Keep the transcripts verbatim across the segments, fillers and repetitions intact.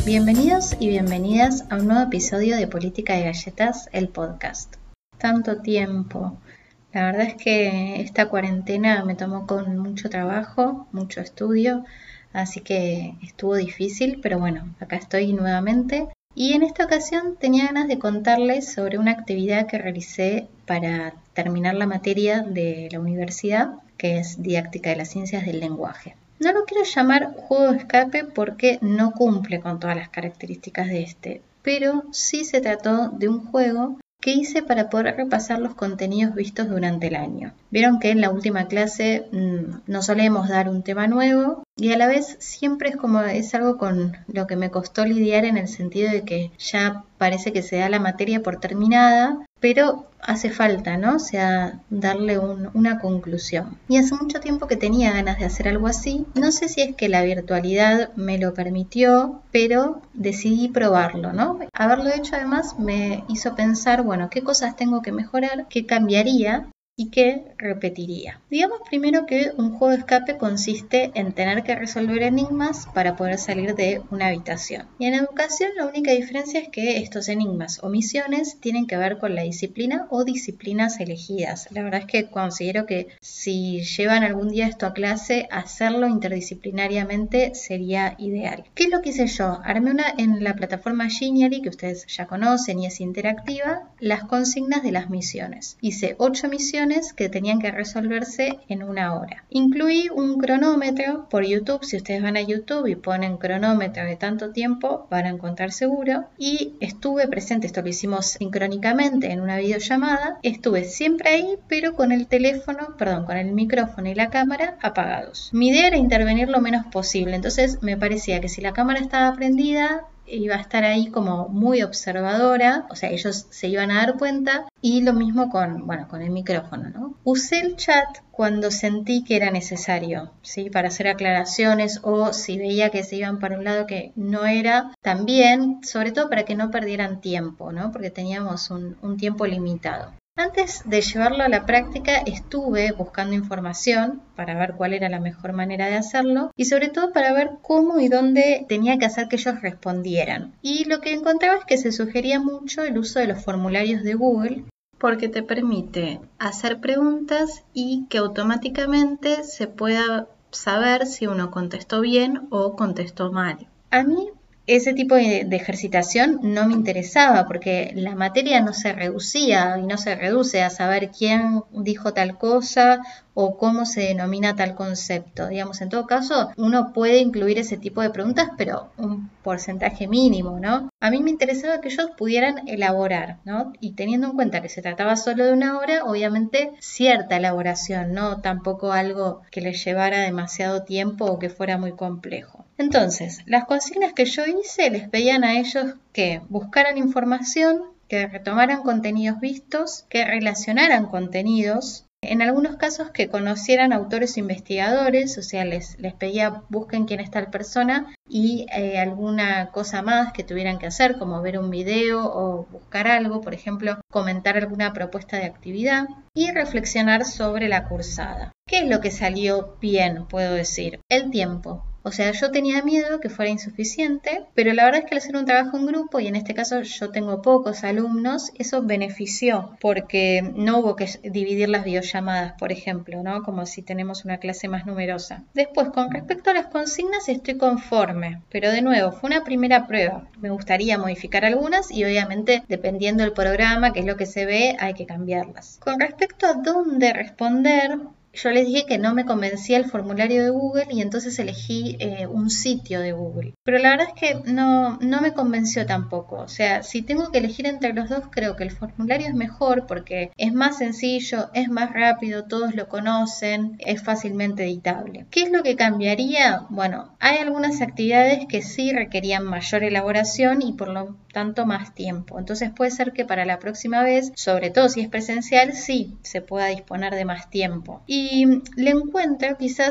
Bienvenidos y bienvenidas a un nuevo episodio de Política de Galletas, el podcast. Tanto tiempo. La verdad es que esta cuarentena me tomó con mucho trabajo, mucho estudio, así que estuvo difícil, pero bueno, acá estoy nuevamente. Y en esta ocasión tenía ganas de contarles sobre una actividad que realicé para terminar la materia de la universidad, que es Didáctica de las Ciencias del Lenguaje. No lo quiero llamar juego de escape porque no cumple con todas las características de este, pero sí se trató de un juego que hice para poder repasar los contenidos vistos durante el año. Vieron que en la última clase mmm, no solemos dar un tema nuevo y a la vez siempre es como es algo con lo que me costó lidiar en el sentido de que ya parece que se da la materia por terminada, pero hace falta, ¿no? O sea, darle un, una conclusión. Y hace mucho tiempo que tenía ganas de hacer algo así. No sé si es que la virtualidad me lo permitió, pero decidí probarlo, ¿no? Haberlo hecho además me hizo pensar, bueno, qué cosas tengo que mejorar, qué cambiaría y qué repetiría. Digamos primero que un juego de escape consiste en tener que resolver enigmas para poder salir de una habitación. Y en educación la única diferencia es que estos enigmas o misiones tienen que ver con la disciplina o disciplinas elegidas. La verdad es que considero que si llevan algún día esto a clase, hacerlo interdisciplinariamente sería ideal. ¿Qué es lo que hice yo? Armé una en la plataforma Genially, que ustedes ya conocen y es interactiva, las consignas de las misiones. Hice ocho misiones que tenían que resolverse en una hora. Incluí un cronómetro por YouTube. Si ustedes van a YouTube y ponen cronómetro de tanto tiempo, van a encontrar seguro. Y estuve presente, esto lo hicimos sincrónicamente en una videollamada. Estuve siempre ahí, pero con el teléfono, perdón, con el micrófono y la cámara apagados. Mi idea era intervenir lo menos posible. Entonces me parecía que si la cámara estaba prendida, iba a estar ahí como muy observadora, o sea, ellos se iban a dar cuenta, y lo mismo con, bueno, con el micrófono, ¿no? Usé el chat cuando sentí que era necesario, ¿sí? Para hacer aclaraciones o si veía que se iban para un lado que no era, también, sobre todo para que no perdieran tiempo, ¿no? Porque teníamos un, un tiempo limitado. Antes de llevarlo a la práctica estuve buscando información para ver cuál era la mejor manera de hacerlo y sobre todo para ver cómo y dónde tenía que hacer que ellos respondieran. Y lo que encontraba es que se sugería mucho el uso de los formularios de Google porque te permite hacer preguntas y que automáticamente se pueda saber si uno contestó bien o contestó mal. A mí ese tipo de, de ejercitación no me interesaba porque la materia no se reducía y no se reduce a saber quién dijo tal cosa o cómo se denomina tal concepto. Digamos, en todo caso, uno puede incluir ese tipo de preguntas, pero un porcentaje mínimo, ¿no? A mí me interesaba que ellos pudieran elaborar, ¿no? Y teniendo en cuenta que se trataba solo de una hora, obviamente cierta elaboración, no tampoco algo que les llevara demasiado tiempo o que fuera muy complejo. Entonces, las consignas que yo hice les pedían a ellos que buscaran información, que retomaran contenidos vistos, que relacionaran contenidos, en algunos casos que conocieran autores o investigadores, o sea, les, les pedía busquen quién es tal persona y eh, alguna cosa más que tuvieran que hacer, como ver un video o buscar algo, por ejemplo, comentar alguna propuesta de actividad y reflexionar sobre la cursada. ¿Qué es lo que salió bien, puedo decir? El tiempo. O sea, yo tenía miedo que fuera insuficiente, pero la verdad es que al hacer un trabajo en grupo, y en este caso yo tengo pocos alumnos, eso benefició, porque no hubo que dividir las videollamadas, por ejemplo, ¿no? Como si tenemos una clase más numerosa. Después, con respecto a las consignas, estoy conforme, pero de nuevo, fue una primera prueba. Me gustaría modificar algunas y obviamente, dependiendo del programa, que es lo que se ve, hay que cambiarlas. Con respecto a dónde responder, yo les dije que no me convencía el formulario de Google y entonces elegí eh, un sitio de Google. Pero la verdad es que no, no me convenció tampoco. O sea, si tengo que elegir entre los dos, creo que el formulario es mejor porque es más sencillo, es más rápido, todos lo conocen, es fácilmente editable. ¿Qué es lo que cambiaría? Bueno, hay algunas actividades que sí requerían mayor elaboración y por lo tanto más tiempo. Entonces puede ser que para la próxima vez, sobre todo si es presencial, sí se pueda disponer de más tiempo. Y le encuentro quizás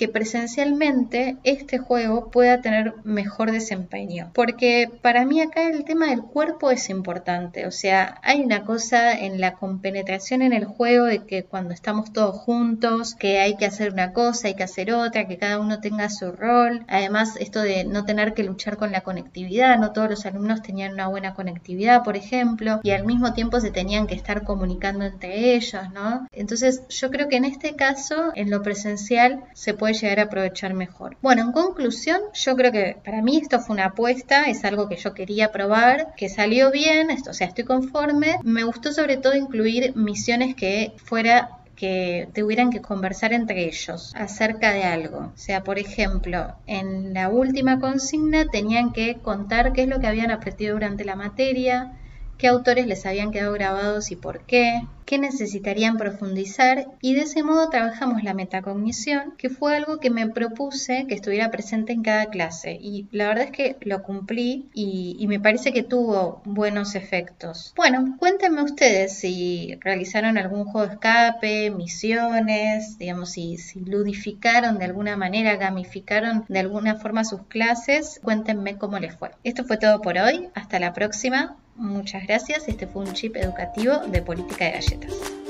que presencialmente este juego pueda tener mejor desempeño. Porque para mí acá el tema del cuerpo es importante. O sea, hay una cosa en la compenetración en el juego de que cuando estamos todos juntos, que hay que hacer una cosa, hay que hacer otra, que cada uno tenga su rol. Además, esto de no tener que luchar con la conectividad, no todos los alumnos tenían una buena conectividad, por ejemplo, y al mismo tiempo se tenían que estar comunicando entre ellos, ¿no? Entonces, yo creo que en este caso, en lo presencial, se puede llegar a aprovechar mejor. Bueno, en conclusión, yo creo que para mí esto fue una apuesta, es algo que yo quería probar, que salió bien, esto, o sea, estoy conforme. Me gustó sobre todo incluir misiones que fuera que tuvieran que conversar entre ellos acerca de algo. O sea, por ejemplo, en la última consigna tenían que contar qué es lo que habían aprendido durante la materia, qué autores les habían quedado grabados y por qué, qué necesitarían profundizar, y de ese modo trabajamos la metacognición, que fue algo que me propuse que estuviera presente en cada clase, y la verdad es que lo cumplí y, y me parece que tuvo buenos efectos. Bueno, cuéntenme ustedes si realizaron algún juego de escape, misiones, digamos, si, si ludificaron de alguna manera, gamificaron de alguna forma sus clases. Cuéntenme cómo les fue. Esto fue todo por hoy, hasta la próxima. Muchas gracias, este fue un chip educativo de Política de Galletas.